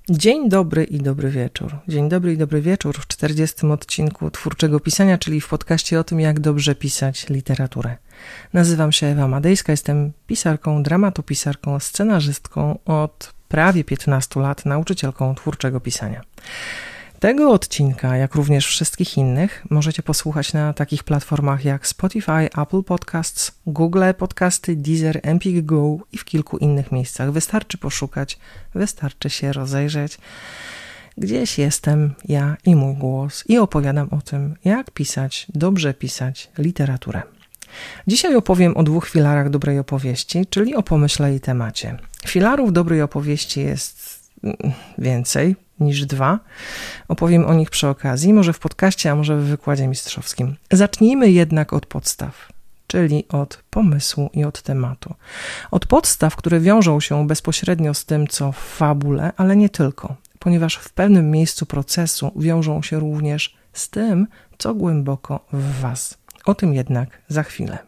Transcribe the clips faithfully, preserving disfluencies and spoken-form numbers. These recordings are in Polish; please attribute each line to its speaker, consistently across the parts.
Speaker 1: Dzień dobry i dobry wieczór. Dzień dobry i dobry wieczór w czterdziestym odcinku Twórczego Pisania, czyli w podcaście o tym, jak dobrze pisać literaturę. Nazywam się Ewa Madejska, jestem pisarką, dramatopisarką, scenarzystką, od prawie piętnastu lat nauczycielką twórczego pisania. Tego odcinka, jak również wszystkich innych, możecie posłuchać na takich platformach jak Spotify, Apple Podcasts, Google Podcasty, Deezer, Empik Go i w kilku innych miejscach. Wystarczy poszukać, wystarczy się rozejrzeć. Gdzieś jestem ja i mój głos i opowiadam o tym, jak pisać, dobrze pisać literaturę. Dzisiaj opowiem o dwóch filarach dobrej opowieści, czyli o pomyśle i temacie. Filarów dobrej opowieści jest więcej niż dwa. Opowiem o nich przy okazji, może w podcaście, a może w wykładzie mistrzowskim. Zacznijmy jednak od podstaw, czyli od pomysłu i od tematu. Od podstaw, które wiążą się bezpośrednio z tym, co w fabule, ale nie tylko, ponieważ w pewnym miejscu procesu wiążą się również z tym, co głęboko w Was. O tym jednak za chwilę.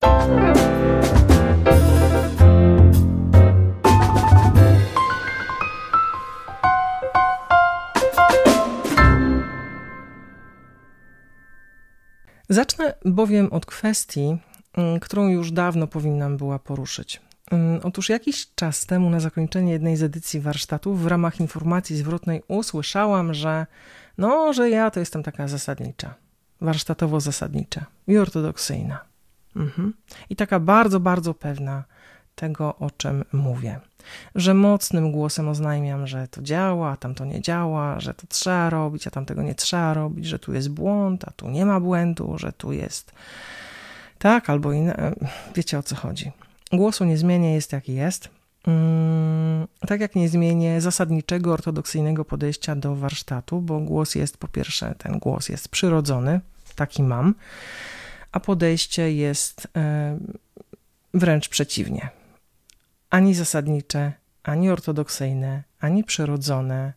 Speaker 1: Zacznę bowiem od kwestii, którą już dawno powinnam była poruszyć. Otóż jakiś czas temu na zakończenie jednej z edycji warsztatów w ramach informacji zwrotnej usłyszałam, że no, że ja to jestem taka zasadnicza, warsztatowo-zasadnicza i ortodoksyjna. Mhm. I taka bardzo, bardzo pewna tego, o czym mówię. Że mocnym głosem oznajmiam, że to działa, a tam to nie działa, że to trzeba robić, a tam tego nie trzeba robić, że tu jest błąd, a tu nie ma błędu, że tu jest tak albo inne. Wiecie, o co chodzi. Głosu nie zmienię, jest jaki jest. Hmm, tak jak nie zmienię zasadniczego, ortodoksyjnego podejścia do warsztatu, bo głos jest, po pierwsze, ten głos jest przyrodzony, taki mam, a podejście jest e, wręcz przeciwnie. Ani zasadnicze, ani ortodoksyjne, ani przyrodzone,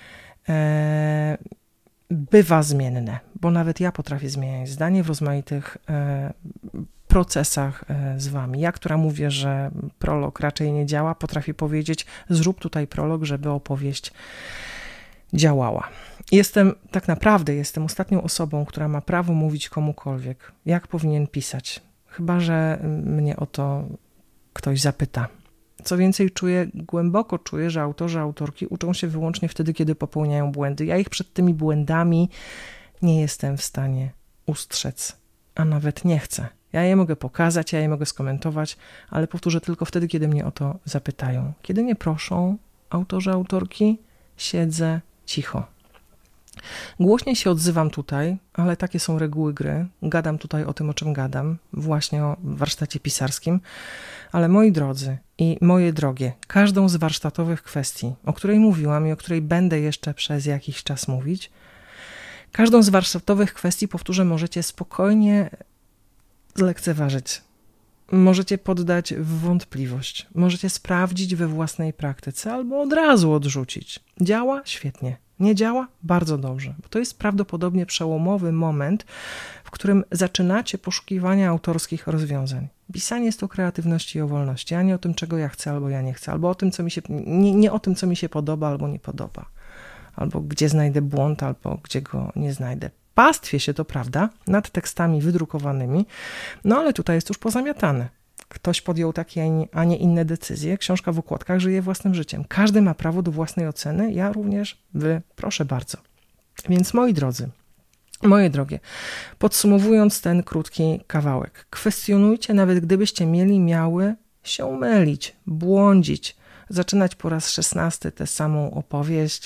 Speaker 1: e, bywa zmienne, bo nawet ja potrafię zmieniać zdanie w rozmaitych e, procesach e, z wami. Ja, która mówię, że prolog raczej nie działa, potrafię powiedzieć, zrób tutaj prolog, żeby opowieść działała. Jestem, tak naprawdę jestem ostatnią osobą, która ma prawo mówić komukolwiek, jak powinien pisać, chyba że mnie o to ktoś zapyta. Co więcej, czuję, głęboko czuję, że autorzy, autorki uczą się wyłącznie wtedy, kiedy popełniają błędy. Ja ich przed tymi błędami nie jestem w stanie ustrzec, a nawet nie chcę. Ja je mogę pokazać, ja je mogę skomentować, ale powtórzę tylko wtedy, kiedy mnie o to zapytają. Kiedy nie proszą autorzy, autorki, siedzę cicho. Głośniej się odzywam tutaj, ale takie są reguły gry. Gadam tutaj o tym, o czym gadam, właśnie o warsztacie pisarskim. Ale moi drodzy i moje drogie, każdą z warsztatowych kwestii, o której mówiłam i o której będę jeszcze przez jakiś czas mówić, każdą z warsztatowych kwestii, powtórzę, możecie spokojnie zlekceważyć. Możecie poddać w wątpliwość. Możecie sprawdzić we własnej praktyce albo od razu odrzucić. Działa? Świetnie. Nie działa? Bardzo dobrze, bo to jest prawdopodobnie przełomowy moment, w którym zaczynacie poszukiwania autorskich rozwiązań. Pisanie jest o kreatywności i o wolności, a nie o tym, czego ja chcę albo ja nie chcę, albo o tym, co mi się, nie, nie o tym, co mi się podoba albo nie podoba, albo gdzie znajdę błąd, albo gdzie go nie znajdę. Pastwię się, to prawda, nad tekstami wydrukowanymi, no ale tutaj jest już pozamiatane. Ktoś podjął takie, a nie inne decyzje. Książka w okładkach żyje własnym życiem. Każdy ma prawo do własnej oceny, ja również, wy, proszę bardzo. Więc moi drodzy, moje drogie, podsumowując ten krótki kawałek, kwestionujcie, nawet gdybyście mieli, miały się mylić, błądzić, zaczynać po raz szesnasty tę samą opowieść.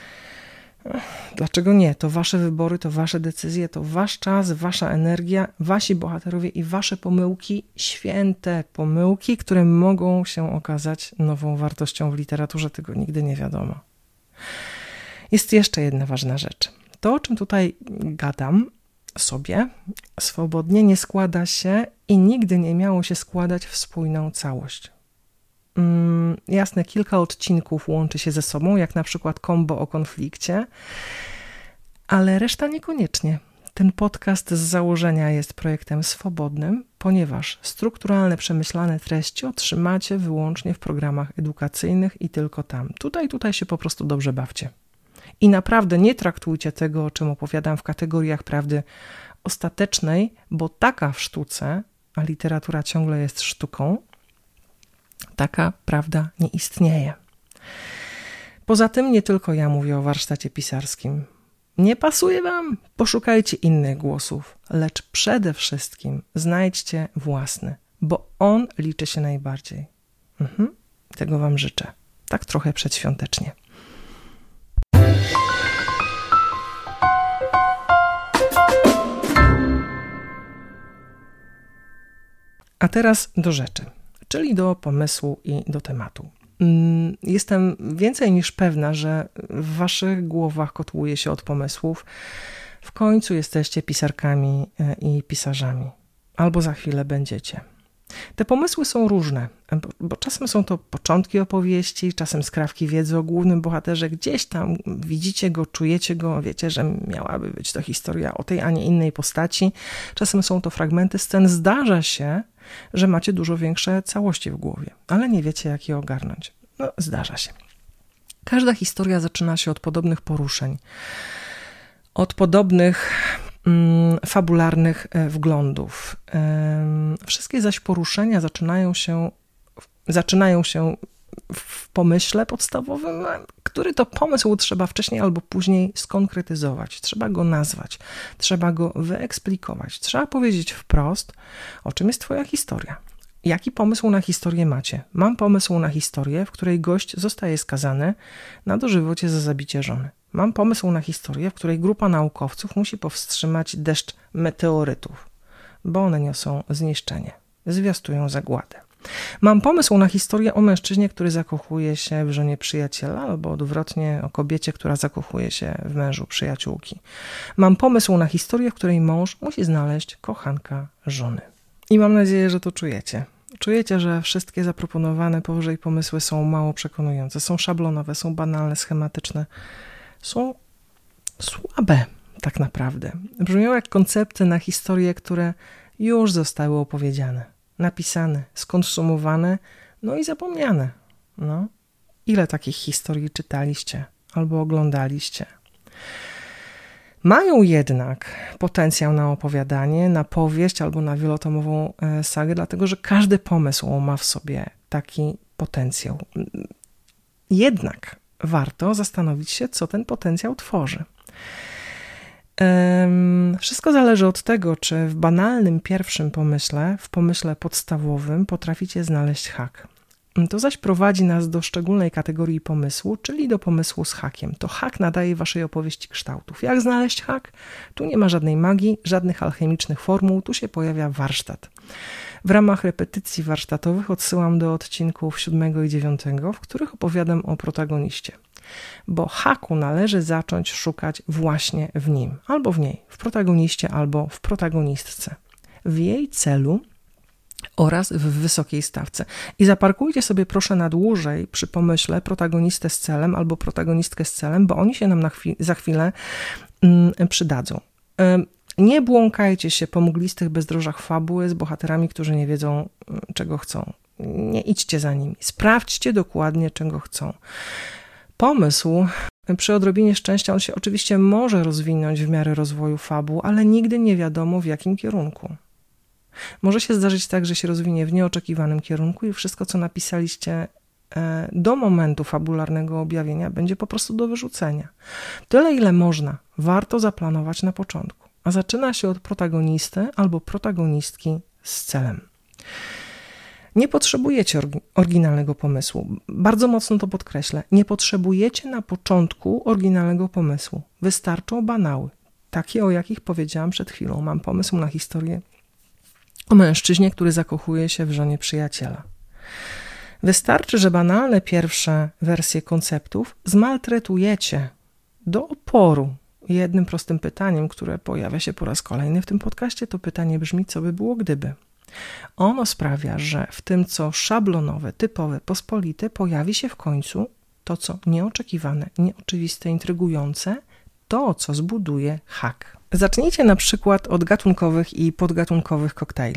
Speaker 1: Dlaczego nie? To wasze wybory, to wasze decyzje, to wasz czas, wasza energia, wasi bohaterowie i wasze pomyłki, święte pomyłki, które mogą się okazać nową wartością w literaturze, tego nigdy nie wiadomo. Jest jeszcze jedna ważna rzecz. To, o czym tutaj gadam sobie, swobodnie nie składa się i nigdy nie miało się składać w spójną całość. Mm, jasne, kilka odcinków łączy się ze sobą, jak na przykład kombo o konflikcie, ale reszta niekoniecznie. Ten podcast z założenia jest projektem swobodnym, ponieważ strukturalne, przemyślane treści otrzymacie wyłącznie w programach edukacyjnych i tylko tam. Tutaj, tutaj się po prostu dobrze bawcie. I naprawdę nie traktujcie tego, o czym opowiadam, w kategoriach prawdy ostatecznej, bo taka w sztuce, a literatura ciągle jest sztuką, taka prawda nie istnieje. Poza tym nie tylko ja mówię o warsztacie pisarskim. Nie pasuje wam? Poszukajcie innych głosów, lecz przede wszystkim znajdźcie własny, bo on liczy się najbardziej. Mhm. Tego wam życzę. Tak trochę przedświątecznie. A teraz do rzeczy, czyli do pomysłu i do tematu. Jestem więcej niż pewna, że w waszych głowach kotłuje się od pomysłów. W końcu jesteście pisarkami i pisarzami. Albo za chwilę będziecie. Te pomysły są różne, bo czasem są to początki opowieści, czasem skrawki wiedzy o głównym bohaterze. Gdzieś tam widzicie go, czujecie go, wiecie, że miałaby być to historia o tej, a nie innej postaci. Czasem są to fragmenty scen. Zdarza się, że macie dużo większe całości w głowie, ale nie wiecie, jak je ogarnąć. No, zdarza się. Każda historia zaczyna się od podobnych poruszeń, od podobnych mm, fabularnych wglądów. Ym, wszystkie zaś poruszenia zaczynają się, zaczynają się w pomyśle podstawowym, który to pomysł trzeba wcześniej albo później skonkretyzować. Trzeba go nazwać, trzeba go wyeksplikować. Trzeba powiedzieć wprost, o czym jest twoja historia. Jaki pomysł na historię macie? Mam pomysł na historię, w której gość zostaje skazany na dożywocie za zabicie żony. Mam pomysł na historię, w której grupa naukowców musi powstrzymać deszcz meteorytów, bo one niosą zniszczenie, zwiastują zagładę. Mam pomysł na historię o mężczyźnie, który zakochuje się w żonie przyjaciela, albo odwrotnie o kobiecie, która zakochuje się w mężu przyjaciółki. Mam pomysł na historię, w której mąż musi znaleźć kochanka żony. I mam nadzieję, że to czujecie. Czujecie, że wszystkie zaproponowane powyżej pomysły są mało przekonujące, są szablonowe, są banalne, schematyczne, są słabe tak naprawdę. Brzmią jak koncepty na historie, które już zostały opowiedziane, napisane, skonsumowane, no i zapomniane. No. Ile takich historii czytaliście albo oglądaliście? Mają jednak potencjał na opowiadanie, na powieść albo na wielotomową sagę, dlatego że każdy pomysł ma w sobie taki potencjał. Jednak warto zastanowić się, co ten potencjał tworzy. Wszystko zależy od tego, czy w banalnym pierwszym pomyśle, w pomyśle podstawowym potraficie znaleźć hak. To zaś prowadzi nas do szczególnej kategorii pomysłu, czyli do pomysłu z hakiem. To hak nadaje waszej opowieści kształtów. Jak znaleźć hak? Tu nie ma żadnej magii, żadnych alchemicznych formuł, tu się pojawia warsztat. W ramach repetycji warsztatowych odsyłam do odcinków siódmego i dziewiątego, w których opowiadam o protagoniście. Bo haku należy zacząć szukać właśnie w nim, albo w niej, w protagoniście, albo w protagonistce. W jej celu oraz w wysokiej stawce. I zaparkujcie sobie proszę na dłużej przy pomyśle protagonistę z celem albo protagonistkę z celem, bo oni się nam na chwil- za chwilę mm, przydadzą. Ym, nie błąkajcie się po mglistych bezdrożach fabuły z bohaterami, którzy nie wiedzą, czego chcą. Nie idźcie za nimi. Sprawdźcie dokładnie, czego chcą. Pomysł przy odrobinie szczęścia, on się oczywiście może rozwinąć w miarę rozwoju fabuł, ale nigdy nie wiadomo w jakim kierunku. Może się zdarzyć tak, że się rozwinie w nieoczekiwanym kierunku i wszystko, co napisaliście do momentu fabularnego objawienia, będzie po prostu do wyrzucenia. Tyle, ile można, warto zaplanować na początku, a zaczyna się od protagonisty albo protagonistki z celem. Nie potrzebujecie oryginalnego pomysłu. Bardzo mocno to podkreślę. Nie potrzebujecie na początku oryginalnego pomysłu. Wystarczą banały. Takie, o jakich powiedziałam przed chwilą. Mam pomysł na historię o mężczyźnie, który zakochuje się w żonie przyjaciela. Wystarczy, że banalne pierwsze wersje konceptów zmaltretujecie do oporu jednym prostym pytaniem, które pojawia się po raz kolejny w tym podcaście. To pytanie brzmi, co by było gdyby? Ono sprawia, że w tym, co szablonowe, typowe, pospolite, pojawi się w końcu to, co nieoczekiwane, nieoczywiste, intrygujące, to, co zbuduje hak. Zacznijcie na przykład od gatunkowych i podgatunkowych koktajli.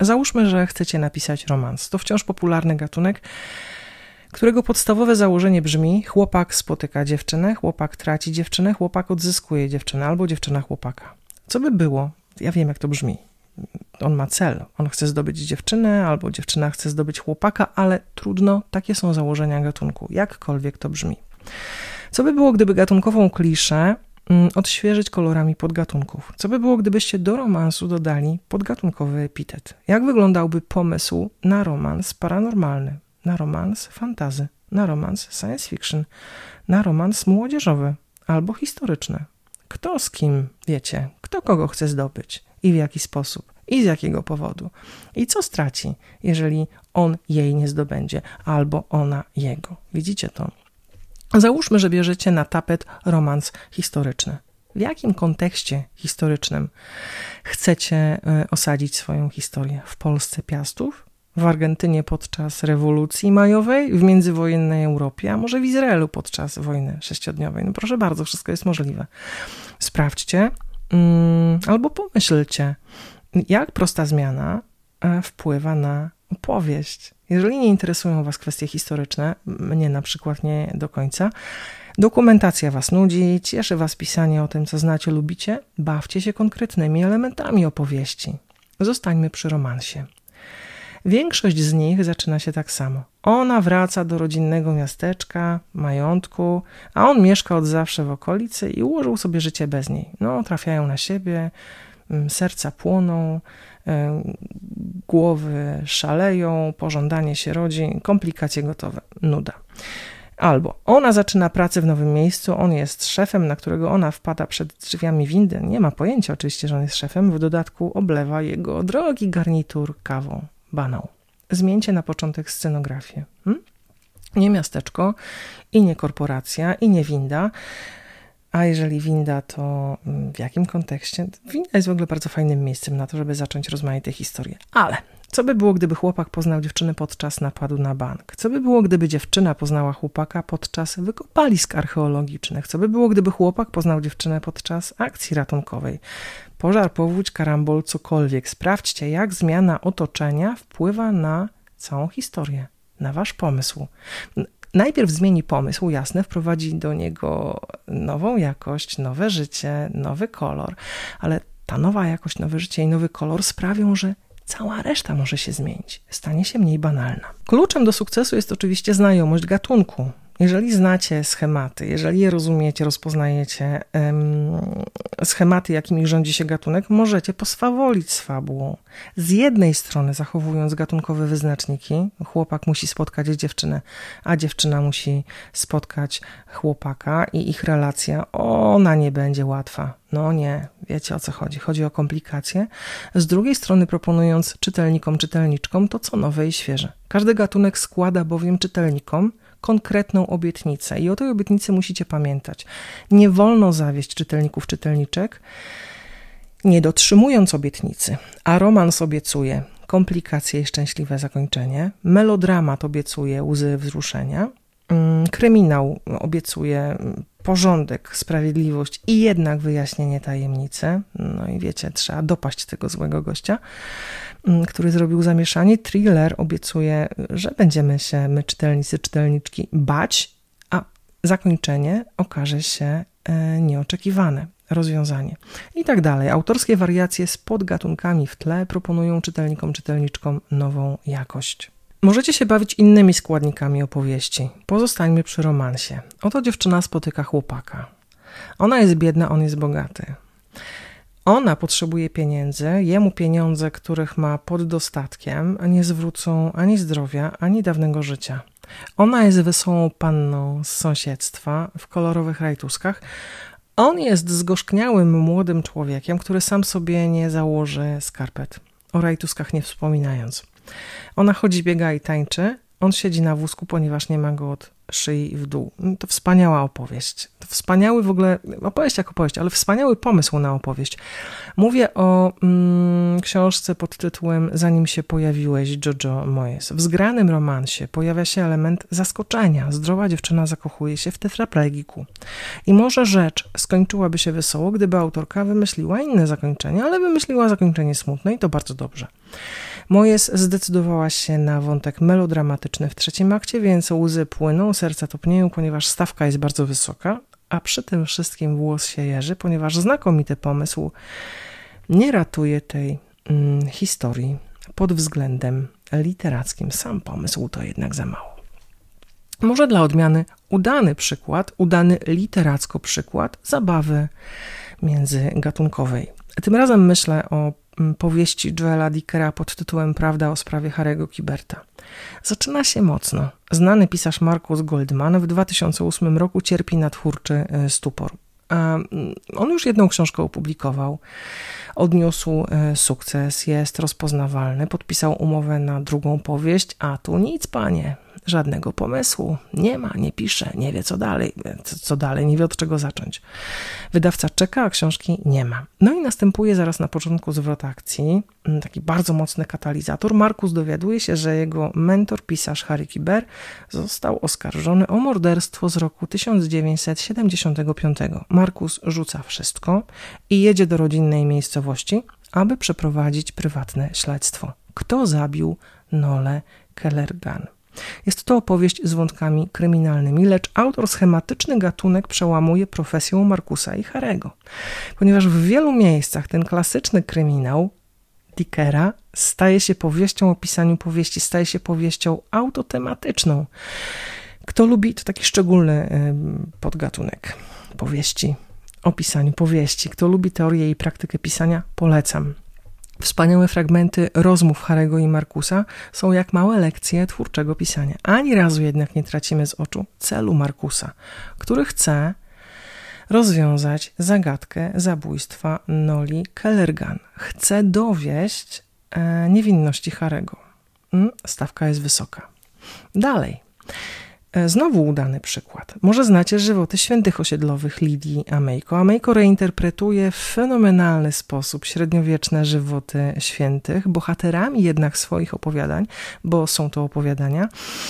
Speaker 1: Załóżmy, że chcecie napisać romans. To wciąż popularny gatunek, którego podstawowe założenie brzmi: chłopak spotyka dziewczynę, chłopak traci dziewczynę, chłopak odzyskuje dziewczynę albo dziewczyna chłopaka. Co by było? Ja wiem, jak to brzmi. On ma cel, on chce zdobyć dziewczynę albo dziewczyna chce zdobyć chłopaka, ale trudno, takie są założenia gatunku, jakkolwiek to brzmi. Co by było, gdyby gatunkową kliszę odświeżyć kolorami podgatunków? Co by było, gdybyście do romansu dodali podgatunkowy epitet? Jak wyglądałby pomysł na romans paranormalny, na romans fantasy, na romans science fiction, na romans młodzieżowy albo historyczny? Kto z kim, wiecie, kto kogo chce zdobyć i w jaki sposób i z jakiego powodu i co straci, jeżeli on jej nie zdobędzie albo ona jego. Widzicie to? Załóżmy, że bierzecie na tapet romans historyczny. W jakim kontekście historycznym chcecie osadzić swoją historię? W Polsce Piastów? W Argentynie podczas rewolucji majowej? W międzywojennej Europie? A może w Izraelu podczas wojny sześciodniowej? No proszę bardzo, wszystko jest możliwe. Sprawdźcie mm, albo pomyślcie, jak prosta zmiana wpływa na opowieść. Jeżeli nie interesują was kwestie historyczne, mnie na przykład nie do końca, dokumentacja was nudzi, cieszy was pisanie o tym, co znacie, lubicie, bawcie się konkretnymi elementami opowieści. Zostańmy przy romansie. Większość z nich zaczyna się tak samo. Ona wraca do rodzinnego miasteczka, majątku, a on mieszka od zawsze w okolicy i ułożył sobie życie bez niej. No, trafiają na siebie, serca płoną, głowy szaleją, pożądanie się rodzi, komplikacje gotowe, nuda. Albo ona zaczyna pracę w nowym miejscu, on jest szefem, na którego ona wpada przed drzwiami windy, nie ma pojęcia oczywiście, że on jest szefem, w dodatku oblewa jego drogi garnitur kawą, banał. Zmieńcie na początek scenografię. Hmm? Nie miasteczko i nie korporacja i nie winda. A jeżeli winda, to w jakim kontekście? Winda jest w ogóle bardzo fajnym miejscem na to, żeby zacząć rozmaite historie. Ale co by było, gdyby chłopak poznał dziewczynę podczas napadu na bank? Co by było, gdyby dziewczyna poznała chłopaka podczas wykopalisk archeologicznych? Co by było, gdyby chłopak poznał dziewczynę podczas akcji ratunkowej? Pożar, powódź, karambol, cokolwiek. Sprawdźcie, jak zmiana otoczenia wpływa na całą historię, na wasz pomysł. Najpierw zmieni pomysł, jasne, wprowadzi do niego nową jakość, nowe życie, nowy kolor, ale ta nowa jakość, nowe życie i nowy kolor sprawią, że cała reszta może się zmienić, stanie się mniej banalna. Kluczem do sukcesu jest oczywiście znajomość gatunku. Jeżeli znacie schematy, jeżeli je rozumiecie, rozpoznajecie um, schematy, jakimi rządzi się gatunek, możecie poswawolić z fabułą. Z jednej strony zachowując gatunkowe wyznaczniki, chłopak musi spotkać dziewczynę, a dziewczyna musi spotkać chłopaka i ich relacja, ona nie będzie łatwa. No nie, wiecie o co chodzi. Chodzi o komplikacje. Z drugiej strony proponując czytelnikom, czytelniczkom to, co nowe i świeże. Każdy gatunek składa bowiem czytelnikom konkretną obietnicę i o tej obietnicy musicie pamiętać. Nie wolno zawieść czytelników, czytelniczek, nie dotrzymując obietnicy, a romans obiecuje komplikacje i szczęśliwe zakończenie, melodramat obiecuje łzy wzruszenia, kryminał obiecuje porządek, sprawiedliwość i jednak wyjaśnienie tajemnicy. No i wiecie, trzeba dopaść tego złego gościa, który zrobił zamieszanie. Thriller obiecuje, że będziemy się, my czytelnicy, czytelniczki, bać, a zakończenie okaże się nieoczekiwane. Rozwiązanie i tak dalej. Autorskie wariacje z podgatunkami w tle proponują czytelnikom, czytelniczkom nową jakość. Możecie się bawić innymi składnikami opowieści. Pozostańmy przy romansie. Oto dziewczyna spotyka chłopaka. Ona jest biedna, on jest bogaty. Ona potrzebuje pieniędzy, jemu pieniądze, których ma pod dostatkiem, nie zwrócą ani zdrowia, ani dawnego życia. Ona jest wesołą panną z sąsiedztwa w kolorowych rajtuskach. On jest zgorzkniałym młodym człowiekiem, który sam sobie nie założy skarpet. O rajtuskach nie wspominając. Ona chodzi, biega i tańczy. On siedzi na wózku, ponieważ nie ma go od szyi w dół. To wspaniała opowieść. To wspaniały w ogóle, opowieść jak opowieść, ale wspaniały pomysł na opowieść. Mówię o mm, książce pod tytułem Zanim się pojawiłeś, Jojo Moyes. W zgranym romansie pojawia się element zaskoczenia. Zdrowa dziewczyna zakochuje się w tetraplegiku. I może rzecz skończyłaby się wesoło, gdyby autorka wymyśliła inne zakończenie, ale wymyśliła zakończenie smutne i to bardzo dobrze. Moyes zdecydowała się na wątek melodramatyczny w trzecim akcie, więc łzy płyną, serca topnieją, ponieważ stawka jest bardzo wysoka, a przy tym wszystkim włos się jeży, ponieważ znakomity pomysł nie ratuje tej mm, historii pod względem literackim. Sam pomysł to jednak za mało. Może dla odmiany udany przykład, udany literacko przykład zabawy międzygatunkowej. Tym razem myślę o powieści Joela Dickera pod tytułem Prawda o sprawie Harry'ego Kiberta. Zaczyna się mocno. Znany pisarz Marcus Goldman w dwa tysiące ósmym roku cierpi na twórczy stupor. On już jedną książkę opublikował, odniósł sukces, jest rozpoznawalny, podpisał umowę na drugą powieść, a tu nic, panie, żadnego pomysłu, nie ma, nie pisze, nie wie co dalej, co dalej, nie wie od czego zacząć. Wydawca czeka, a książki nie ma. No i następuje zaraz na początku zwrot akcji, taki bardzo mocny katalizator. Marcus dowiaduje się, że jego mentor, pisarz Harry Kiber, został oskarżony o morderstwo z roku tysiąc dziewięćset siedemdziesiątego piątego. Marcus rzuca wszystko i jedzie do rodzinnej miejscowości, aby przeprowadzić prywatne śledztwo. Kto zabił Nolę Kellergan? Jest to opowieść z wątkami kryminalnymi, lecz autor schematyczny gatunek przełamuje profesją Marcusa i Harry'ego. Ponieważ w wielu miejscach ten klasyczny kryminał Dickera staje się powieścią o pisaniu powieści, staje się powieścią autotematyczną. Kto lubi, to taki szczególny podgatunek powieści, o pisaniu powieści. Kto lubi teorię i praktykę pisania, polecam. Wspaniałe fragmenty rozmów Harry'ego i Marcusa są jak małe lekcje twórczego pisania. Ani razu jednak nie tracimy z oczu celu Marcusa, który chce rozwiązać zagadkę zabójstwa Noli Kellergan. Chce dowieść e, niewinności Harry'ego. Stawka jest wysoka. Dalej. Znowu udany przykład. Może znacie żywoty świętych osiedlowych Lidii Amejko. Amejko reinterpretuje w fenomenalny sposób średniowieczne żywoty świętych, bohaterami jednak swoich opowiadań, bo są to opowiadania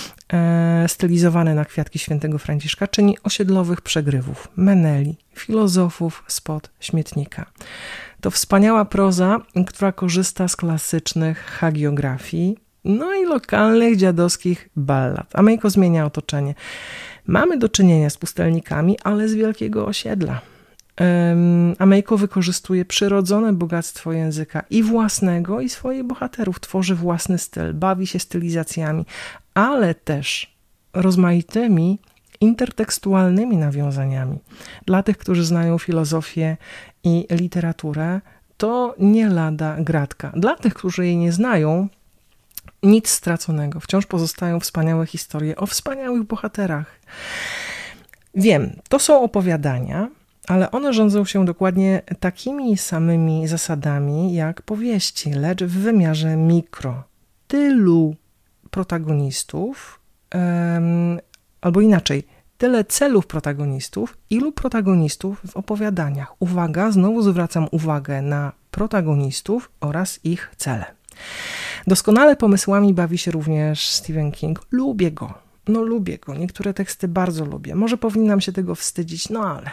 Speaker 1: e, stylizowane na kwiatki świętego Franciszka, czyni osiedlowych przegrywów, meneli, filozofów spod śmietnika. To wspaniała proza, która korzysta z klasycznych hagiografii, no i lokalnych dziadowskich ballad. Amejko zmienia otoczenie. Mamy do czynienia z pustelnikami, ale z wielkiego osiedla. Um, Amejko wykorzystuje przyrodzone bogactwo języka i własnego, i swoich bohaterów. Tworzy własny styl, bawi się stylizacjami, ale też rozmaitymi intertekstualnymi nawiązaniami. Dla tych, którzy znają filozofię i literaturę, to nie lada gratka. Dla tych, którzy jej nie znają, nic straconego. Wciąż pozostają wspaniałe historie o wspaniałych bohaterach. Wiem, to są opowiadania, ale one rządzą się dokładnie takimi samymi zasadami jak powieści, lecz w wymiarze mikro. Tylu protagonistów, um, albo inaczej, tyle celów protagonistów, ilu protagonistów w opowiadaniach. Uwaga, znowu zwracam uwagę na protagonistów oraz ich cele. Doskonale pomysłami bawi się również Stephen King. Lubię go. No lubię go. Niektóre teksty bardzo lubię. Może powinnam się tego wstydzić, no ale...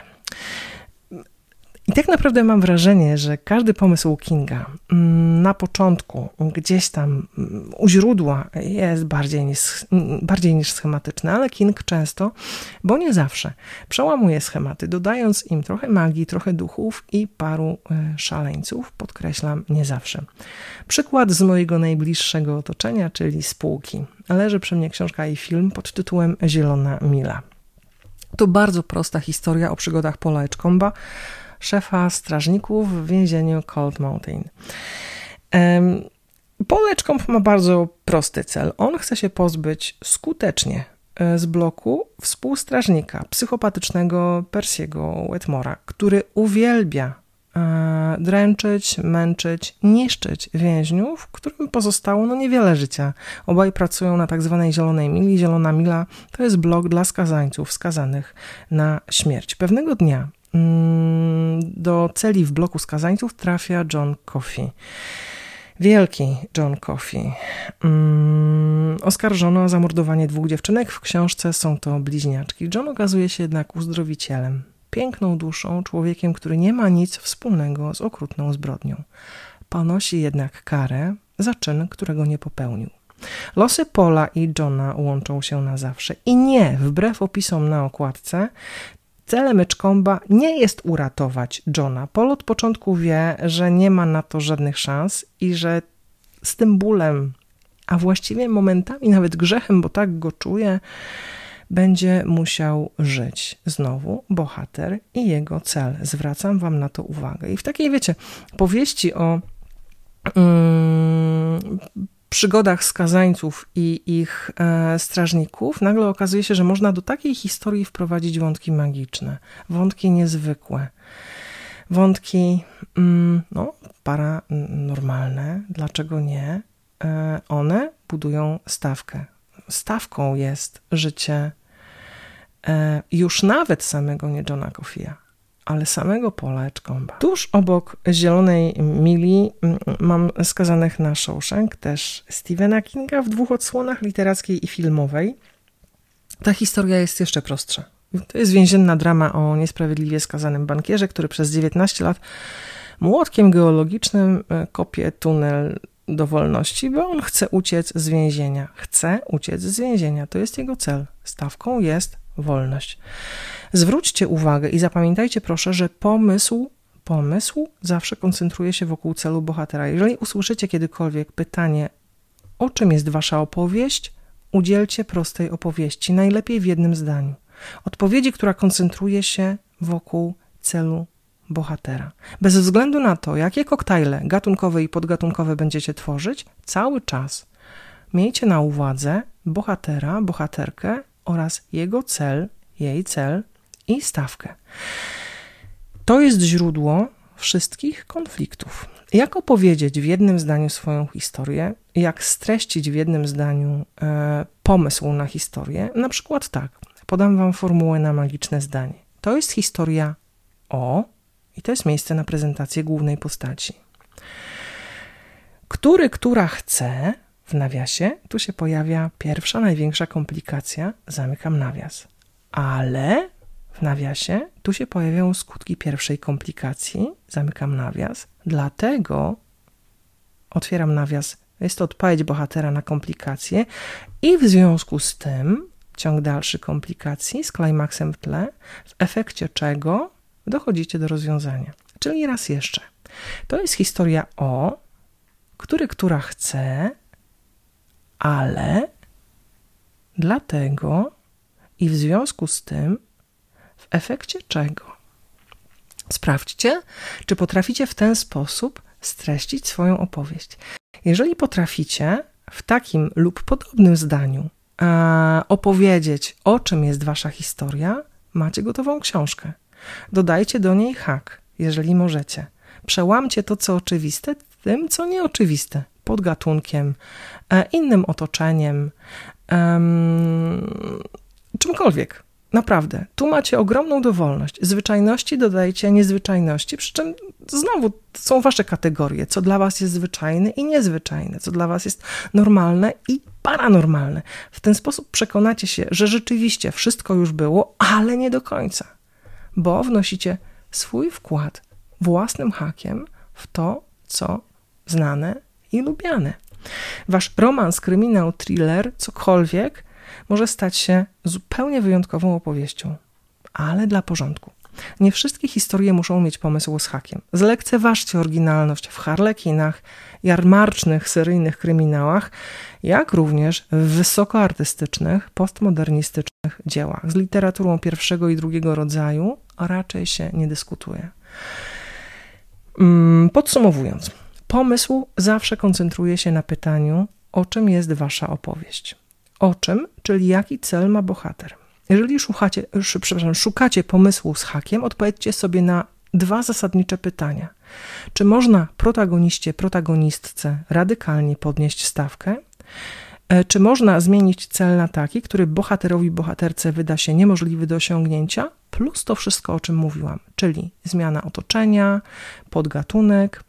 Speaker 1: I tak naprawdę mam wrażenie, że każdy pomysł Kinga na początku, gdzieś tam u źródła jest bardziej niż, bardziej niż schematyczny, ale King często, bo nie zawsze, przełamuje schematy, dodając im trochę magii, trochę duchów i paru szaleńców, podkreślam, nie zawsze. Przykład z mojego najbliższego otoczenia, czyli spółki. Leży przy mnie książka i film pod tytułem Zielona Mila. To bardzo prosta historia o przygodach Paula Edgecomba, szefa strażników w więzieniu Cold Mountain. Um, Paul Edgecombe ma bardzo prosty cel. On chce się pozbyć skutecznie z bloku współstrażnika, psychopatycznego Percy'ego Wetmora, który uwielbia e, dręczyć, męczyć, niszczyć więźniów, którym pozostało no niewiele życia. Obaj pracują na tak zwanej Zielonej Mili. Zielona Mila to jest blok dla skazańców skazanych na śmierć. Pewnego dnia do celi w bloku skazańców trafia John Coffey. Wielki John Coffey. Um, oskarżono o zamordowanie dwóch dziewczynek. W książce są to bliźniaczki. John okazuje się jednak uzdrowicielem. Piękną duszą, człowiekiem, który nie ma nic wspólnego z okrutną zbrodnią. Ponosi jednak karę za czyn, którego nie popełnił. Losy Paula i Johna łączą się na zawsze. I nie, wbrew opisom na okładce, celem Edgecomba nie jest uratować Johna. Paul od początku wie, że nie ma na to żadnych szans i że z tym bólem, a właściwie momentami nawet grzechem, bo tak go czuje, będzie musiał żyć. Znowu bohater i jego cel. Zwracam wam na to uwagę. I w takiej, wiecie, powieści o mm, przygodach skazańców i ich e, strażników, nagle okazuje się, że można do takiej historii wprowadzić wątki magiczne, wątki niezwykłe, wątki mm, no, paranormalne. Dlaczego nie? E, one budują stawkę. Stawką jest życie e, już nawet samego nie Johna Coffee'a, ale samego Paula Edgecomba. Tuż obok Zielonej Mili mam skazanych na Shawshank, też Stephena Kinga w dwóch odsłonach, literackiej i filmowej. Ta historia jest jeszcze prostsza. To jest więzienna drama o niesprawiedliwie skazanym bankierze, który przez dziewiętnaście lat młotkiem geologicznym kopie tunel do wolności, bo on chce uciec z więzienia. Chce uciec z więzienia. To jest jego cel. Stawką jest wolność. Zwróćcie uwagę i zapamiętajcie proszę, że pomysł, pomysł zawsze koncentruje się wokół celu bohatera. Jeżeli usłyszycie kiedykolwiek pytanie, o czym jest wasza opowieść, udzielcie prostej opowieści, najlepiej w jednym zdaniu. Odpowiedzi, która koncentruje się wokół celu bohatera. Bez względu na to, jakie koktajle gatunkowe i podgatunkowe będziecie tworzyć, cały czas miejcie na uwadze bohatera, bohaterkę oraz jego cel, jej cel i stawkę. To jest źródło wszystkich konfliktów. Jak opowiedzieć w jednym zdaniu swoją historię, jak streścić w jednym zdaniu e, pomysł na historię? Na przykład tak, podam wam formułę na magiczne zdanie. To jest historia o, i to jest miejsce na prezentację głównej postaci. Który, która chce, w nawiasie, tu się pojawia pierwsza, największa komplikacja, zamykam nawias. Ale w nawiasie, tu się pojawiają skutki pierwszej komplikacji, zamykam nawias, dlatego otwieram nawias, jest to odpowiedź bohatera na komplikacje i w związku z tym ciąg dalszy komplikacji z klimaksem w tle, w efekcie czego dochodzicie do rozwiązania. Czyli raz jeszcze, to jest historia o, który, która chce, ale dlatego i w związku z tym, w efekcie czego? Sprawdźcie, czy potraficie w ten sposób streścić swoją opowieść. Jeżeli potraficie w takim lub podobnym zdaniu e, opowiedzieć, o czym jest wasza historia, macie gotową książkę. Dodajcie do niej hak, jeżeli możecie. Przełamcie to, co oczywiste, tym, co nieoczywiste, podgatunkiem, e, innym otoczeniem, e, czymkolwiek. Naprawdę. Tu macie ogromną dowolność. Zwyczajności dodajcie niezwyczajności, przy czym znowu są wasze kategorie, co dla was jest zwyczajne i niezwyczajne, co dla was jest normalne i paranormalne. W ten sposób przekonacie się, że rzeczywiście wszystko już było, ale nie do końca, bo wnosicie swój wkład własnym hakiem w to, co znane i lubiane. Wasz romans, kryminał, thriller, cokolwiek może stać się zupełnie wyjątkową opowieścią, ale dla porządku. Nie wszystkie historie muszą mieć pomysł z hakiem. Zlekceważcie oryginalność w harlekinach, jarmarcznych, seryjnych kryminałach, jak również w wysokoartystycznych, postmodernistycznych dziełach. Z literaturą pierwszego i drugiego rodzaju raczej się nie dyskutuje. Podsumowując, pomysł zawsze koncentruje się na pytaniu, o czym jest wasza opowieść. O czym, czyli jaki cel ma bohater. Jeżeli szukacie, przepraszam, szukacie pomysłu z hakiem, odpowiedzcie sobie na dwa zasadnicze pytania. Czy można protagoniście, protagonistce radykalnie podnieść stawkę? Czy można zmienić cel na taki, który bohaterowi, bohaterce wyda się niemożliwy do osiągnięcia? Plus to wszystko, o czym mówiłam, czyli zmiana otoczenia, podgatunek,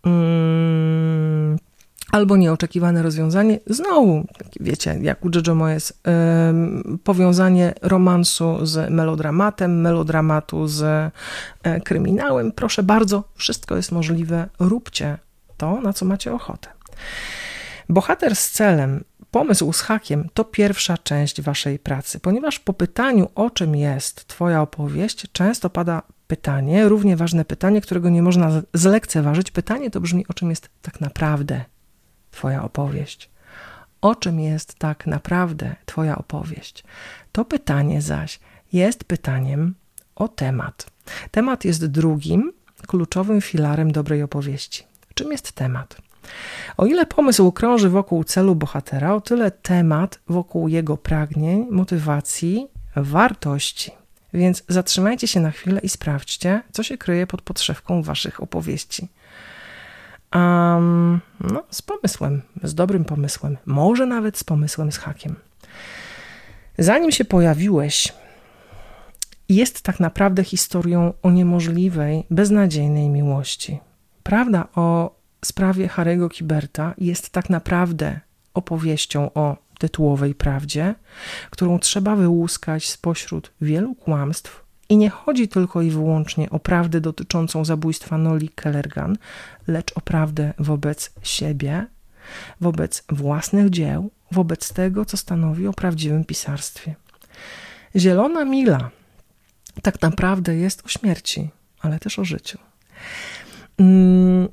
Speaker 1: mm, albo nieoczekiwane rozwiązanie. Znowu, wiecie, jak u Jojo Moyes, yy, powiązanie romansu z melodramatem, melodramatu z yy, kryminałem. Proszę bardzo, wszystko jest możliwe. Róbcie to, na co macie ochotę. Bohater z celem, pomysł z hakiem to pierwsza część waszej pracy, ponieważ po pytaniu, o czym jest twoja opowieść, często pada pytanie, równie ważne pytanie, którego nie można zlekceważyć. Pytanie to brzmi, o czym jest tak naprawdę twoja opowieść. O czym jest tak naprawdę twoja opowieść? To pytanie zaś jest pytaniem o temat. Temat jest drugim kluczowym filarem dobrej opowieści. Czym jest temat? O ile pomysł krąży wokół celu bohatera, o tyle temat wokół jego pragnień, motywacji, wartości. Więc zatrzymajcie się na chwilę i sprawdźcie, co się kryje pod podszewką waszych opowieści. Um, no, z pomysłem, z dobrym pomysłem, może nawet z pomysłem z hakiem. Zanim się pojawiłeś, jest tak naprawdę historią o niemożliwej, beznadziejnej miłości. Prawda o sprawie Harry'ego Kiberta jest tak naprawdę opowieścią o tytułowej prawdzie, którą trzeba wyłuskać spośród wielu kłamstw. I nie chodzi tylko i wyłącznie o prawdę dotyczącą zabójstwa Noli Kellergan, lecz o prawdę wobec siebie, wobec własnych dzieł, wobec tego, co stanowi o prawdziwym pisarstwie. Zielona mila tak naprawdę jest o śmierci, ale też o życiu. Mm.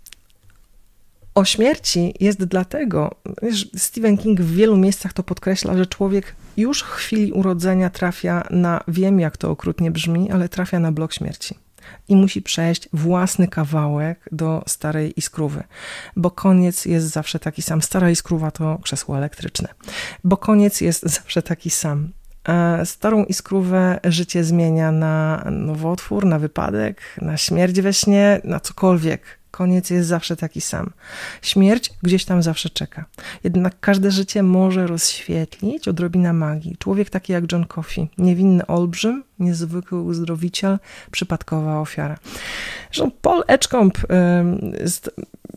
Speaker 1: O śmierci jest dlatego, wiesz, Stephen King w wielu miejscach to podkreśla, że człowiek już w chwili urodzenia trafia na, wiem jak to okrutnie brzmi, ale trafia na blok śmierci. I musi przejść własny kawałek do starej iskrówy, bo koniec jest zawsze taki sam. Stara iskrówa to krzesło elektryczne, bo koniec jest zawsze taki sam. Starą iskrówę życie zmienia na nowotwór, na wypadek, na śmierć we śnie, na cokolwiek. Koniec jest zawsze taki sam. Śmierć gdzieś tam zawsze czeka. Jednak każde życie może rozświetlić odrobina magii. Człowiek taki jak John Coffey, niewinny olbrzym, niezwykły uzdrowiciel, przypadkowa ofiara. Zresztą Paul Edgecombe jest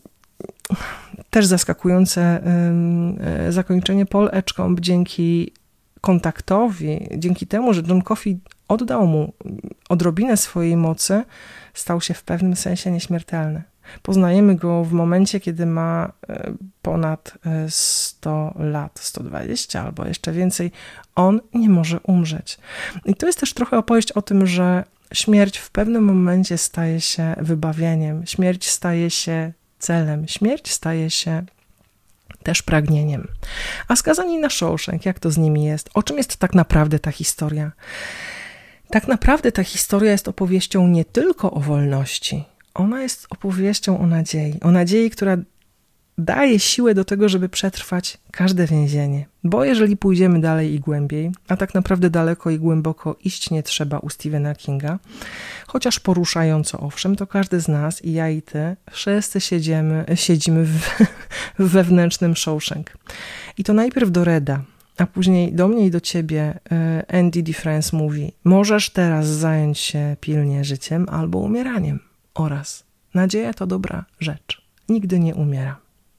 Speaker 1: też zaskakujące zakończenie. Paul Edgecombe dzięki kontaktowi, dzięki temu, że John Coffey oddał mu odrobinę swojej mocy, stał się w pewnym sensie nieśmiertelny. Poznajemy go w momencie, kiedy ma ponad sto lat, sto dwadzieścia albo jeszcze więcej. On nie może umrzeć. I to jest też trochę opowieść o tym, że śmierć w pewnym momencie staje się wybawieniem, śmierć staje się celem, śmierć staje się też pragnieniem. A Skazani na Shawshank, jak to z nimi jest? O czym jest tak naprawdę ta historia? Tak naprawdę ta historia jest opowieścią nie tylko o wolności. Ona jest opowieścią o nadziei. O nadziei, która daje siłę do tego, żeby przetrwać każde więzienie. Bo jeżeli pójdziemy dalej i głębiej, a tak naprawdę daleko i głęboko iść nie trzeba u Stephena Kinga, chociaż poruszająco owszem, to każdy z nas, i ja i ty, wszyscy siedzimy, siedzimy w, w wewnętrznym Shawshank. I to najpierw do Reda, a później do mnie i do ciebie Andy Dufresne mówi: możesz teraz zająć się pilnie życiem albo umieraniem. Oraz nadzieja to dobra rzecz. Nigdy nie umiera.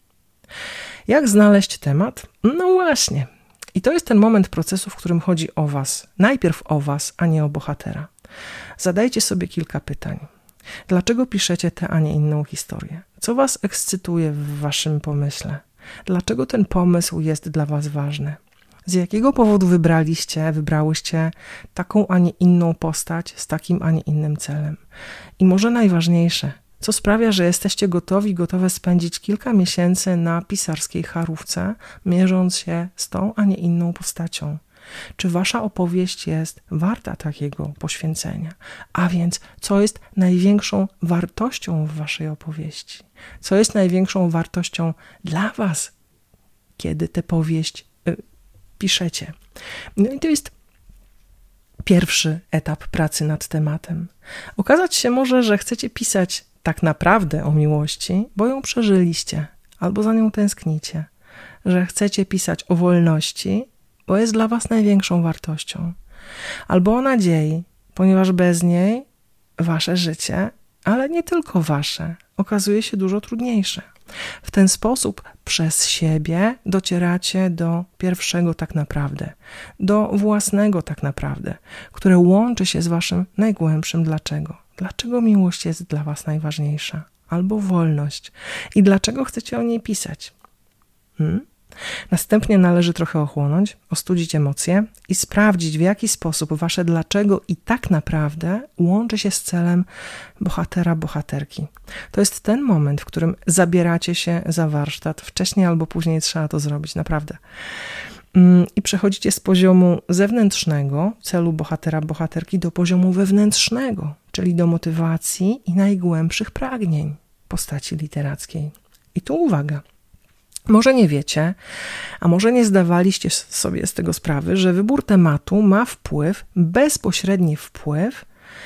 Speaker 1: Jak znaleźć temat? No właśnie. I to jest ten moment procesu, w którym chodzi o was. Najpierw o was, a nie o bohatera. Zadajcie sobie kilka pytań. Dlaczego piszecie tę, a nie inną historię? Co was ekscytuje w waszym pomyśle? Dlaczego ten pomysł jest dla was ważny? Z jakiego powodu wybraliście, wybrałyście taką, a nie inną postać z takim, a nie innym celem? I może najważniejsze, co sprawia, że jesteście gotowi, gotowe spędzić kilka miesięcy na pisarskiej charówce, mierząc się z tą, a nie inną postacią? Czy wasza opowieść jest warta takiego poświęcenia? A więc, co jest największą wartością w waszej opowieści? Co jest największą wartością dla was, kiedy tę powieść y, piszecie? No i to jest pierwszy etap pracy nad tematem. Okazać się może, że chcecie pisać tak naprawdę o miłości, bo ją przeżyliście, albo za nią tęsknicie. Że chcecie pisać o wolności, bo jest dla was największą wartością. Albo o nadziei, ponieważ bez niej wasze życie, ale nie tylko wasze, okazuje się dużo trudniejsze. W ten sposób przez siebie docieracie do pierwszego tak naprawdę, do własnego tak naprawdę, które łączy się z waszym najgłębszym dlaczego. Dlaczego miłość jest dla was najważniejsza? albo wolność i dlaczego chcecie o niej pisać. Hmm? Następnie należy trochę ochłonąć, ostudzić emocje i sprawdzić, w jaki sposób wasze dlaczego i tak naprawdę łączy się z celem bohatera, bohaterki. To jest ten moment, w którym zabieracie się za warsztat. Wcześniej albo później trzeba to zrobić, naprawdę. I przechodzicie z poziomu zewnętrznego celu bohatera, bohaterki do poziomu wewnętrznego, czyli do motywacji i najgłębszych pragnień postaci literackiej. I tu uwaga. Może nie wiecie, a może nie zdawaliście sobie z tego sprawy, że wybór tematu ma wpływ, bezpośredni wpływ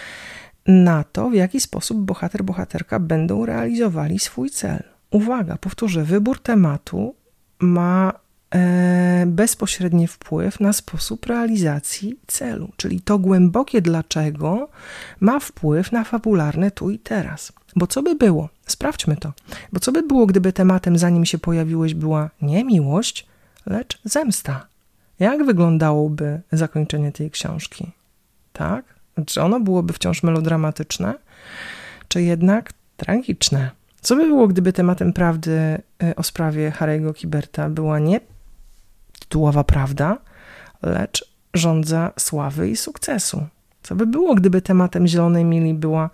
Speaker 1: na to, w jaki sposób bohater, bohaterka będą realizowali swój cel. Uwaga, powtórzę, wybór tematu ma e, bezpośredni wpływ na sposób realizacji celu, czyli to głębokie dlaczego ma wpływ na fabularne tu i teraz. Bo co by było? Sprawdźmy to. Bo co by było, gdyby tematem, zanim się pojawiłeś, była nie miłość, lecz zemsta? Jak wyglądałoby zakończenie tej książki? Tak? Czy ono byłoby wciąż melodramatyczne, czy jednak tragiczne? Co by było, gdyby tematem prawdy o sprawie Harry'ego Kiberta była nie tytułowa prawda, lecz żądza sławy i sukcesu? Co by było, gdyby tematem Zielonej Mili była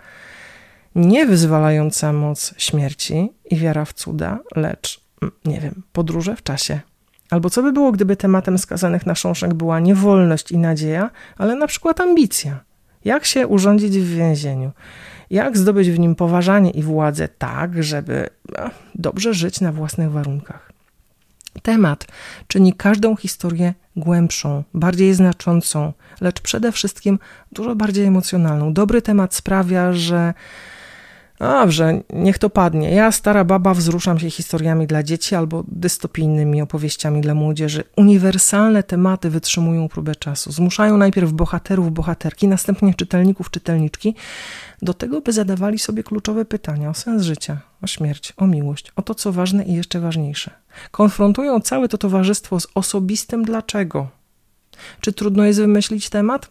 Speaker 1: nie wyzwalająca moc śmierci i wiara w cuda, lecz, nie wiem, podróże w czasie? Albo co by było, gdyby tematem Skazanych na Sząszek była nie wolność i nadzieja, ale na przykład ambicja? Jak się urządzić w więzieniu? Jak zdobyć w nim poważanie i władzę tak, żeby dobrze żyć na własnych warunkach? Temat czyni każdą historię głębszą, bardziej znaczącą, lecz przede wszystkim dużo bardziej emocjonalną. Dobry temat sprawia, że a, że niech to padnie. Ja, stara baba, wzruszam się historiami dla dzieci albo dystopijnymi opowieściami dla młodzieży. Uniwersalne tematy wytrzymują próbę czasu. Zmuszają najpierw bohaterów, bohaterki, następnie czytelników, czytelniczki do tego, by zadawali sobie kluczowe pytania o sens życia, o śmierć, o miłość, o to, co ważne i jeszcze ważniejsze. Konfrontują całe to towarzystwo z osobistym dlaczego. Czy trudno jest wymyślić temat?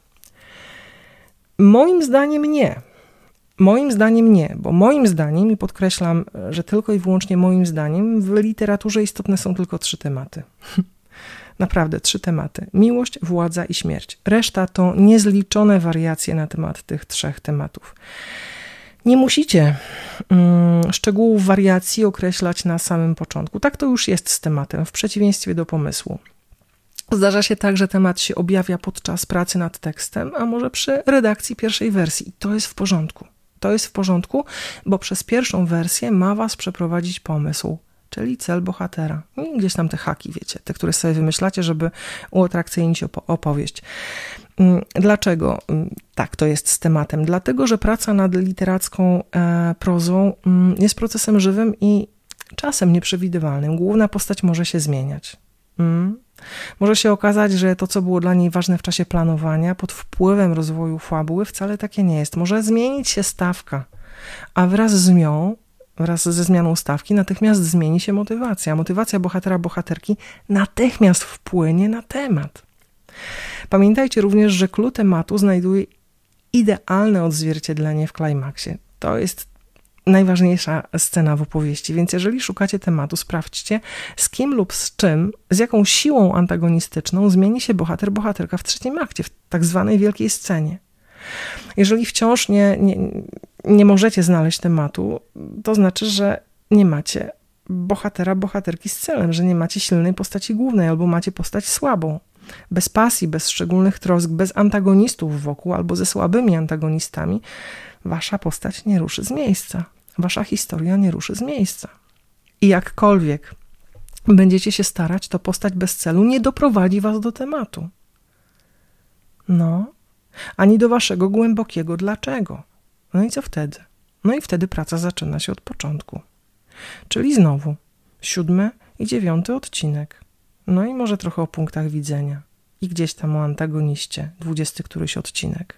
Speaker 1: Moim zdaniem nie. Moim zdaniem nie, bo moim zdaniem, i podkreślam, że tylko i wyłącznie moim zdaniem, w literaturze istotne są tylko trzy tematy. Naprawdę, trzy tematy. Miłość, władza i śmierć. Reszta to niezliczone wariacje na temat tych trzech tematów. Nie musicie mm, szczegółów wariacji określać na samym początku. Tak to już jest z tematem, w przeciwieństwie do pomysłu. Zdarza się tak, że temat się objawia podczas pracy nad tekstem, a może przy redakcji pierwszej wersji. I to jest w porządku. To jest w porządku, bo przez pierwszą wersję ma was przeprowadzić pomysł, czyli cel bohatera. I gdzieś tam te haki, wiecie, te, które sobie wymyślacie, żeby uatrakcyjnić opowieść. Dlaczego tak to jest z tematem? Dlatego, że praca nad literacką e, prozą jest procesem żywym i czasem nieprzewidywalnym. Główna postać może się zmieniać. Mm. Może się okazać, że to, co było dla niej ważne w czasie planowania, pod wpływem rozwoju fabuły, wcale takie nie jest. Może zmienić się stawka, a wraz z nią, wraz ze zmianą stawki, natychmiast zmieni się motywacja. Motywacja bohatera, bohaterki natychmiast wpłynie na temat. Pamiętajcie również, że clue tematu znajduje idealne odzwierciedlenie w klimaksie. To jest najważniejsza scena w opowieści, więc jeżeli szukacie tematu, sprawdźcie, z kim lub z czym, z jaką siłą antagonistyczną zmieni się bohater, bohaterka w trzecim akcie, w tak zwanej wielkiej scenie. Jeżeli wciąż nie, nie, nie możecie znaleźć tematu, to znaczy, że nie macie bohatera, bohaterki z celem, że nie macie silnej postaci głównej albo macie postać słabą. Bez pasji, bez szczególnych trosk, bez antagonistów wokół albo ze słabymi antagonistami, wasza postać nie ruszy z miejsca. Wasza historia nie ruszy z miejsca. I jakkolwiek będziecie się starać, to postać bez celu nie doprowadzi was do tematu. No, ani do waszego głębokiego dlaczego. No i co wtedy? No i wtedy praca zaczyna się od początku. Czyli znowu siódmy i dziewiąty odcinek. No i może trochę o punktach widzenia. I gdzieś tam o antagoniście, dwudziesty któryś odcinek.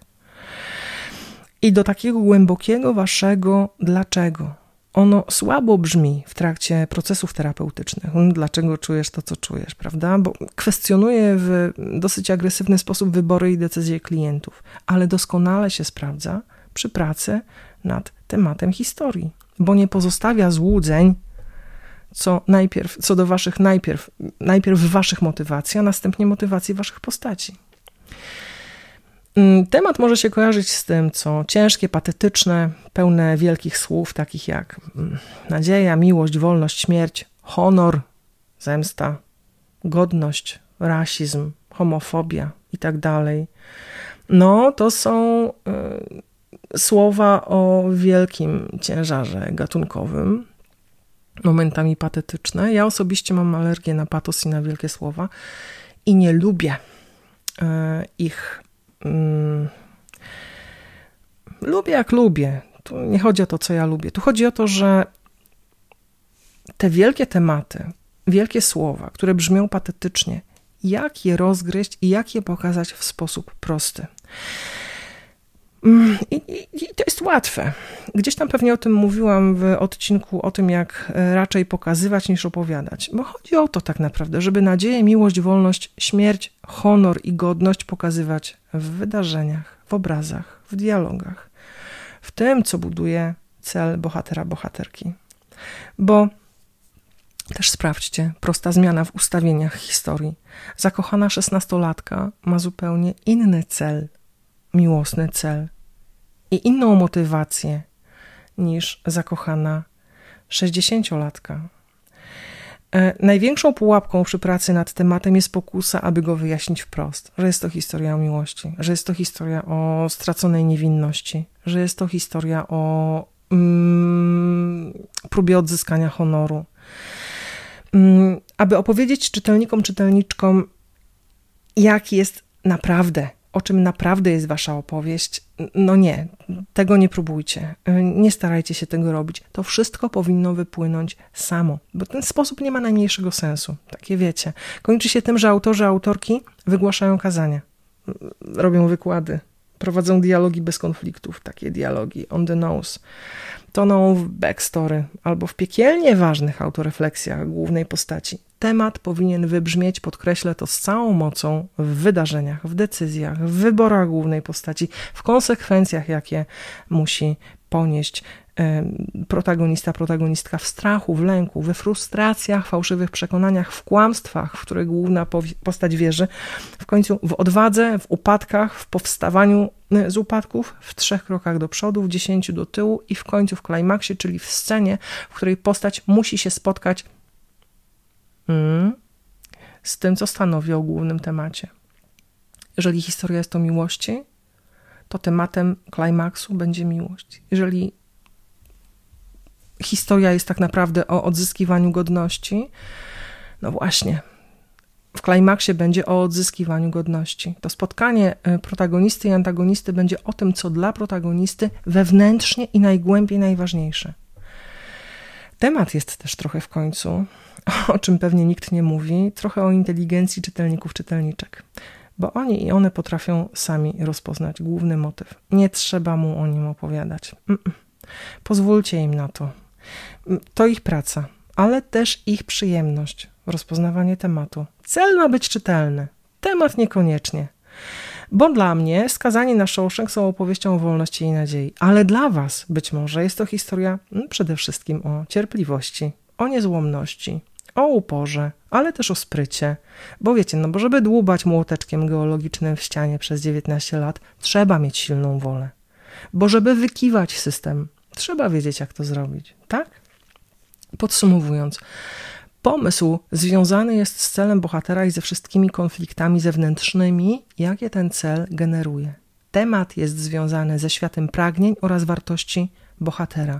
Speaker 1: I do takiego głębokiego waszego dlaczego. Ono słabo brzmi w trakcie procesów terapeutycznych. Dlaczego czujesz to, co czujesz, prawda? Bo kwestionuje w dosyć agresywny sposób wybory i decyzje klientów, ale doskonale się sprawdza przy pracy nad tematem historii. bo nie pozostawia złudzeń co, najpierw, co do waszych najpierw, najpierw waszych motywacji, a następnie motywacji waszych postaci. Temat może się kojarzyć z tym, co ciężkie, patetyczne, pełne wielkich słów, takich jak nadzieja, miłość, wolność, śmierć, honor, zemsta, godność, rasizm, homofobia i tak dalej. No, to są y, słowa o wielkim ciężarze gatunkowym, momentami patetyczne. Ja osobiście mam alergię na patos i na wielkie słowa i nie lubię y, ich. Y, lubię jak lubię. Tu nie chodzi o to, co ja lubię. Tu chodzi o to, że te wielkie tematy, wielkie słowa, które brzmią patetycznie, jak je rozgryźć i jak je pokazać w sposób prosty. I, i, I to jest łatwe. Gdzieś tam pewnie o tym mówiłam w odcinku o tym, jak raczej pokazywać niż opowiadać. Bo chodzi o to tak naprawdę, żeby nadzieję, miłość, wolność, śmierć, honor i godność pokazywać w wydarzeniach, w obrazach, w dialogach. W tym, co buduje cel bohatera, bohaterki. Bo też sprawdźcie, prosta zmiana w ustawieniach historii. Zakochana szesnastolatka ma zupełnie inny cel, miłosny cel i inną motywację niż zakochana sześćdziesięciolatka. E, największą pułapką przy pracy nad tematem jest pokusa, aby go wyjaśnić wprost, że jest to historia o miłości, że jest to historia o straconej niewinności, że jest to historia o mm, próbie odzyskania honoru. Aby opowiedzieć czytelnikom, czytelniczkom, jak jest naprawdę, o czym naprawdę jest wasza opowieść, no nie, tego nie próbujcie, nie starajcie się tego robić. To wszystko powinno wypłynąć samo, bo ten sposób nie ma najmniejszego sensu, takie wiecie. Kończy się tym, że autorzy, autorki wygłaszają kazania, robią wykłady, prowadzą dialogi bez konfliktów, takie dialogi on the nose. Toną w backstory albo w piekielnie ważnych autorefleksjach głównej postaci. Temat powinien wybrzmieć, podkreślę to z całą mocą, w wydarzeniach, w decyzjach, w wyborach głównej postaci, w konsekwencjach, jakie musi ponieść protagonista, protagonistka w strachu, w lęku, we frustracjach, fałszywych przekonaniach, w kłamstwach, w które główna postać wierzy, w końcu w odwadze, w upadkach, w powstawaniu z upadków, w trzech krokach do przodu, w dziesięciu do tyłu i w końcu w klimaksie, czyli w scenie, w której postać musi się spotkać mm, z tym, co stanowi o głównym temacie. Jeżeli historia jest o miłości, to tematem klimaksu będzie miłość. Jeżeli historia jest tak naprawdę o odzyskiwaniu godności, no właśnie, w klimaksie będzie o odzyskiwaniu godności. To spotkanie protagonisty i antagonisty będzie o tym, co dla protagonisty wewnętrznie i najgłębiej najważniejsze. Temat jest też trochę w końcu, o czym pewnie nikt nie mówi, trochę o inteligencji czytelników, czytelniczek. Bo oni i one potrafią sami rozpoznać główny motyw. Nie trzeba mu o nim opowiadać. Mm-mm. Pozwólcie im na to. To ich praca, ale też ich przyjemność, rozpoznawanie tematu. Cel ma być czytelny, temat niekoniecznie. Bo dla mnie Skazani na Shawshank są opowieścią o wolności i nadziei, ale dla was być może jest to historia no, przede wszystkim o cierpliwości, o niezłomności, o uporze, ale też o sprycie. Bo wiecie, no bo żeby dłubać młoteczkiem geologicznym w ścianie przez dziewiętnaście lat, trzeba mieć silną wolę. Bo żeby wykiwać system, trzeba wiedzieć, jak to zrobić, tak? Podsumowując, pomysł związany jest z celem bohatera i ze wszystkimi konfliktami zewnętrznymi, jakie ten cel generuje. Temat jest związany ze światem pragnień oraz wartości bohatera.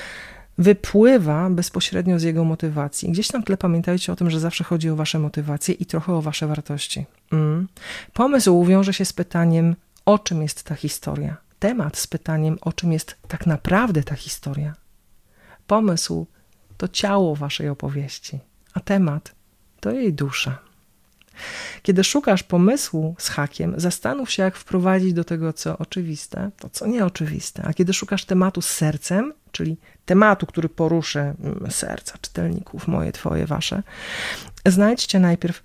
Speaker 1: Wypływa bezpośrednio z jego motywacji. Gdzieś tam w tle pamiętajcie o tym, że zawsze chodzi o wasze motywacje i trochę o wasze wartości. Mm. Pomysł wiąże się z pytaniem, o czym jest ta historia. Temat z pytaniem, o czym jest tak naprawdę ta historia. Pomysł to ciało waszej opowieści, a temat to jej dusza. Kiedy szukasz pomysłu z hakiem, zastanów się, jak wprowadzić do tego, co oczywiste, to co nieoczywiste. A kiedy szukasz tematu z sercem, czyli tematu, który poruszy serca czytelników, moje, twoje, wasze, znajdźcie najpierw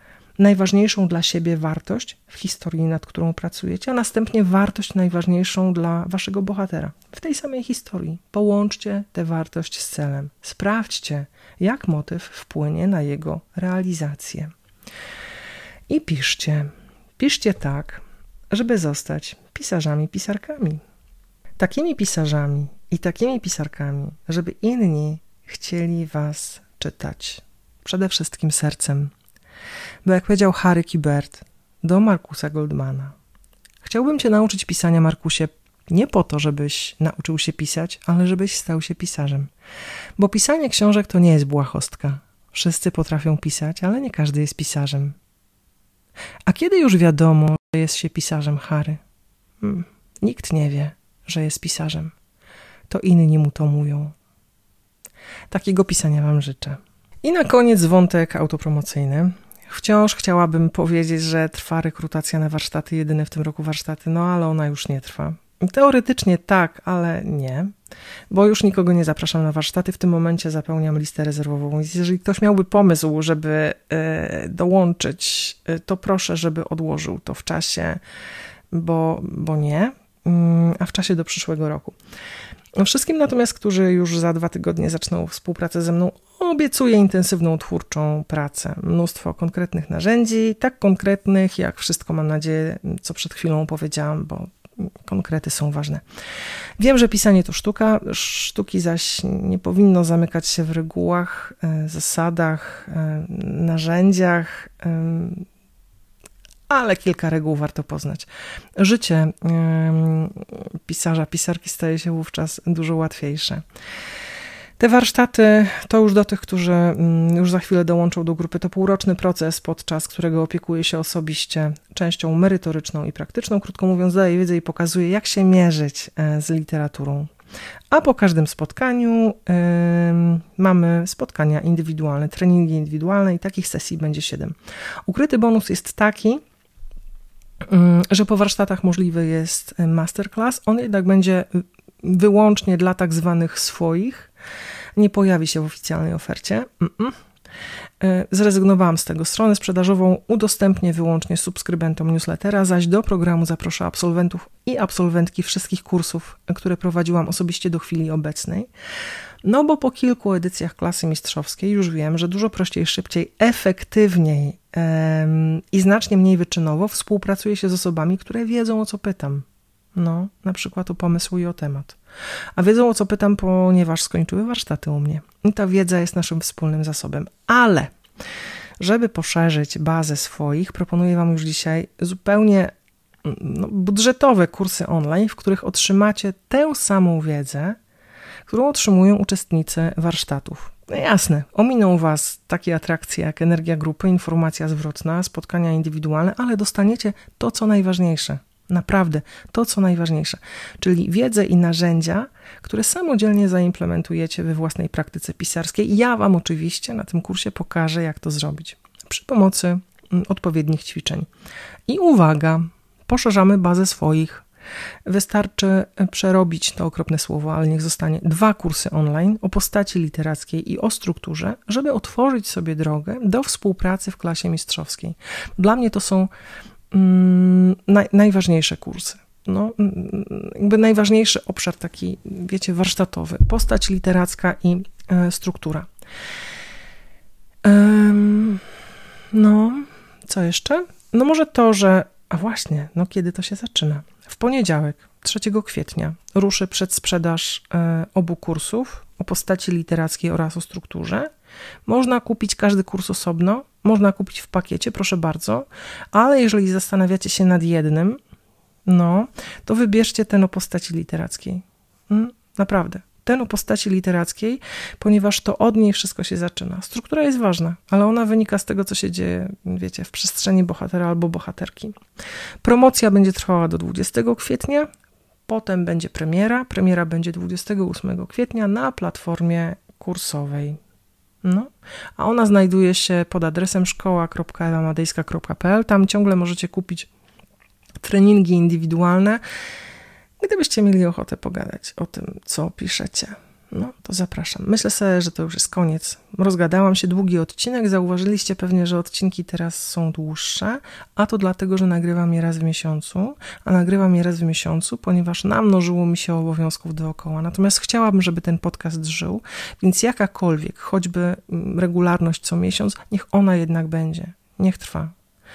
Speaker 1: najważniejszą dla siebie wartość w historii, nad którą pracujecie, a następnie wartość najważniejszą dla waszego bohatera w tej samej historii. Połączcie tę wartość z celem. Sprawdźcie, jak motyw wpłynie na jego realizację. I piszcie. Piszcie tak, żeby zostać pisarzami, pisarkami. Takimi pisarzami i takimi pisarkami, żeby inni chcieli was czytać. Przede wszystkim sercem. Bo jak powiedział Harry Kibert do Markusa Goldmana, chciałbym cię nauczyć pisania, Markusie, nie po to, żebyś nauczył się pisać, ale żebyś stał się pisarzem. Bo pisanie książek to nie jest błahostka. Wszyscy potrafią pisać, ale nie każdy jest pisarzem. A kiedy już wiadomo, że jest się pisarzem, Harry? Hmm, nikt nie wie, że jest pisarzem. To inni mu to mówią. Takiego pisania wam życzę. I na koniec wątek autopromocyjny. Wciąż chciałabym powiedzieć, że trwa rekrutacja na warsztaty, jedyne w tym roku warsztaty, no ale ona już nie trwa. Teoretycznie tak, ale nie, bo już nikogo nie zapraszam na warsztaty. W tym momencie zapełniam listę rezerwową. Jeżeli ktoś miałby pomysł, żeby y, dołączyć, y, to proszę, żeby odłożył to w czasie, bo, bo nie, y, a w czasie do przyszłego roku. Wszystkim natomiast, którzy już za dwa tygodnie zaczną współpracę ze mną, obiecuję intensywną, twórczą pracę. Mnóstwo konkretnych narzędzi, tak konkretnych, jak wszystko, mam nadzieję, co przed chwilą powiedziałam, bo konkrety są ważne. Wiem, że pisanie to sztuka, sztuki zaś nie powinno zamykać się w regułach, zasadach, narzędziach, ale kilka reguł warto poznać. Życie pisarza, pisarki staje się wówczas dużo łatwiejsze. Te warsztaty to już do tych, którzy już za chwilę dołączą do grupy, to półroczny proces, podczas którego opiekuję się osobiście częścią merytoryczną i praktyczną. Krótko mówiąc, daję wiedzę i pokazuję, jak się mierzyć z literaturą. A po każdym spotkaniu yy, mamy spotkania indywidualne, treningi indywidualne i takich sesji będzie siedem. Ukryty bonus jest taki, yy, że po warsztatach możliwy jest masterclass. On jednak będzie wyłącznie dla tak zwanych swoich. Nie pojawi się w oficjalnej ofercie. Mm-mm. Zrezygnowałam z tego. Stronę sprzedażową udostępnię wyłącznie subskrybentom newslettera, zaś do programu zaproszę absolwentów i absolwentki wszystkich kursów, które prowadziłam osobiście do chwili obecnej. No bo po kilku edycjach klasy mistrzowskiej już wiem, że dużo prościej, szybciej, efektywniej em, i znacznie mniej wyczynowo współpracuję się z osobami, które wiedzą, o co pytam. No, na przykład o pomysł i o temat. A wiedzą, o co pytam, ponieważ skończyły warsztaty u mnie. I ta wiedza jest naszym wspólnym zasobem. Ale, żeby poszerzyć bazę swoich, proponuję wam już dzisiaj zupełnie no, budżetowe kursy online, w których otrzymacie tę samą wiedzę, którą otrzymują uczestnicy warsztatów. No jasne, ominą was takie atrakcje jak energia grupy, informacja zwrotna, spotkania indywidualne, ale dostaniecie to, co najważniejsze. Naprawdę, to co najważniejsze, czyli wiedzę i narzędzia, które samodzielnie zaimplementujecie we własnej praktyce pisarskiej. Ja wam oczywiście na tym kursie pokażę, jak to zrobić przy pomocy odpowiednich ćwiczeń. I uwaga, poszerzamy bazę swoich. Wystarczy przerobić to okropne słowo, ale niech zostanie dwa kursy online o postaci literackiej i o strukturze, żeby otworzyć sobie drogę do współpracy w klasie mistrzowskiej. Dla mnie to są Naj, najważniejsze kursy. No, jakby najważniejszy obszar taki, wiecie, warsztatowy. Postać literacka i e, struktura. Ehm, no, co jeszcze? No może to, że, a właśnie, no kiedy to się zaczyna? W poniedziałek, trzeciego kwietnia, ruszy przedsprzedaż e, obu kursów o postaci literackiej oraz o strukturze. Można kupić każdy kurs osobno, można kupić w pakiecie, proszę bardzo, ale jeżeli zastanawiacie się nad jednym, no, to wybierzcie ten o postaci literackiej. Hmm, naprawdę, ten o postaci literackiej, ponieważ to od niej wszystko się zaczyna. Struktura jest ważna, ale ona wynika z tego, co się dzieje, wiecie, w przestrzeni bohatera albo bohaterki. Promocja będzie trwała do dwudziestego kwietnia, potem będzie premiera. Premiera będzie dwudziestego ósmego kwietnia na platformie kursowej. No, a ona znajduje się pod adresem szkoła kropka ewa madejska kropka pe el. Tam ciągle możecie kupić treningi indywidualne, gdybyście mieli ochotę pogadać o tym, co piszecie. No, to zapraszam. Myślę sobie, że to już jest koniec. Rozgadałam się, długi odcinek. Zauważyliście pewnie, że odcinki teraz są dłuższe, a to dlatego, że nagrywam je raz w miesiącu, a nagrywam je raz w miesiącu, ponieważ namnożyło mi się obowiązków dookoła. Natomiast chciałabym, żeby ten podcast żył, więc jakakolwiek, choćby regularność co miesiąc, niech ona jednak będzie. Niech trwa.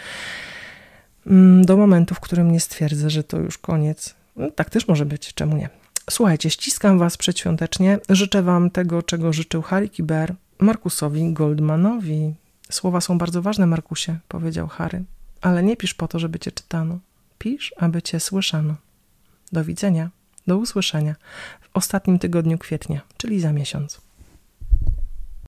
Speaker 1: Do momentu, w którym nie stwierdzę, że to już koniec. No, tak też może być, czemu nie? Słuchajcie, ściskam was przedświątecznie. Życzę wam tego, czego życzył Harry Kiber Markusowi Goldmanowi. Słowa są bardzo ważne, Markusie, powiedział Harry, ale nie pisz po to, żeby cię czytano. Pisz, aby cię słyszano. Do widzenia, do usłyszenia w ostatnim tygodniu kwietnia, czyli za miesiąc.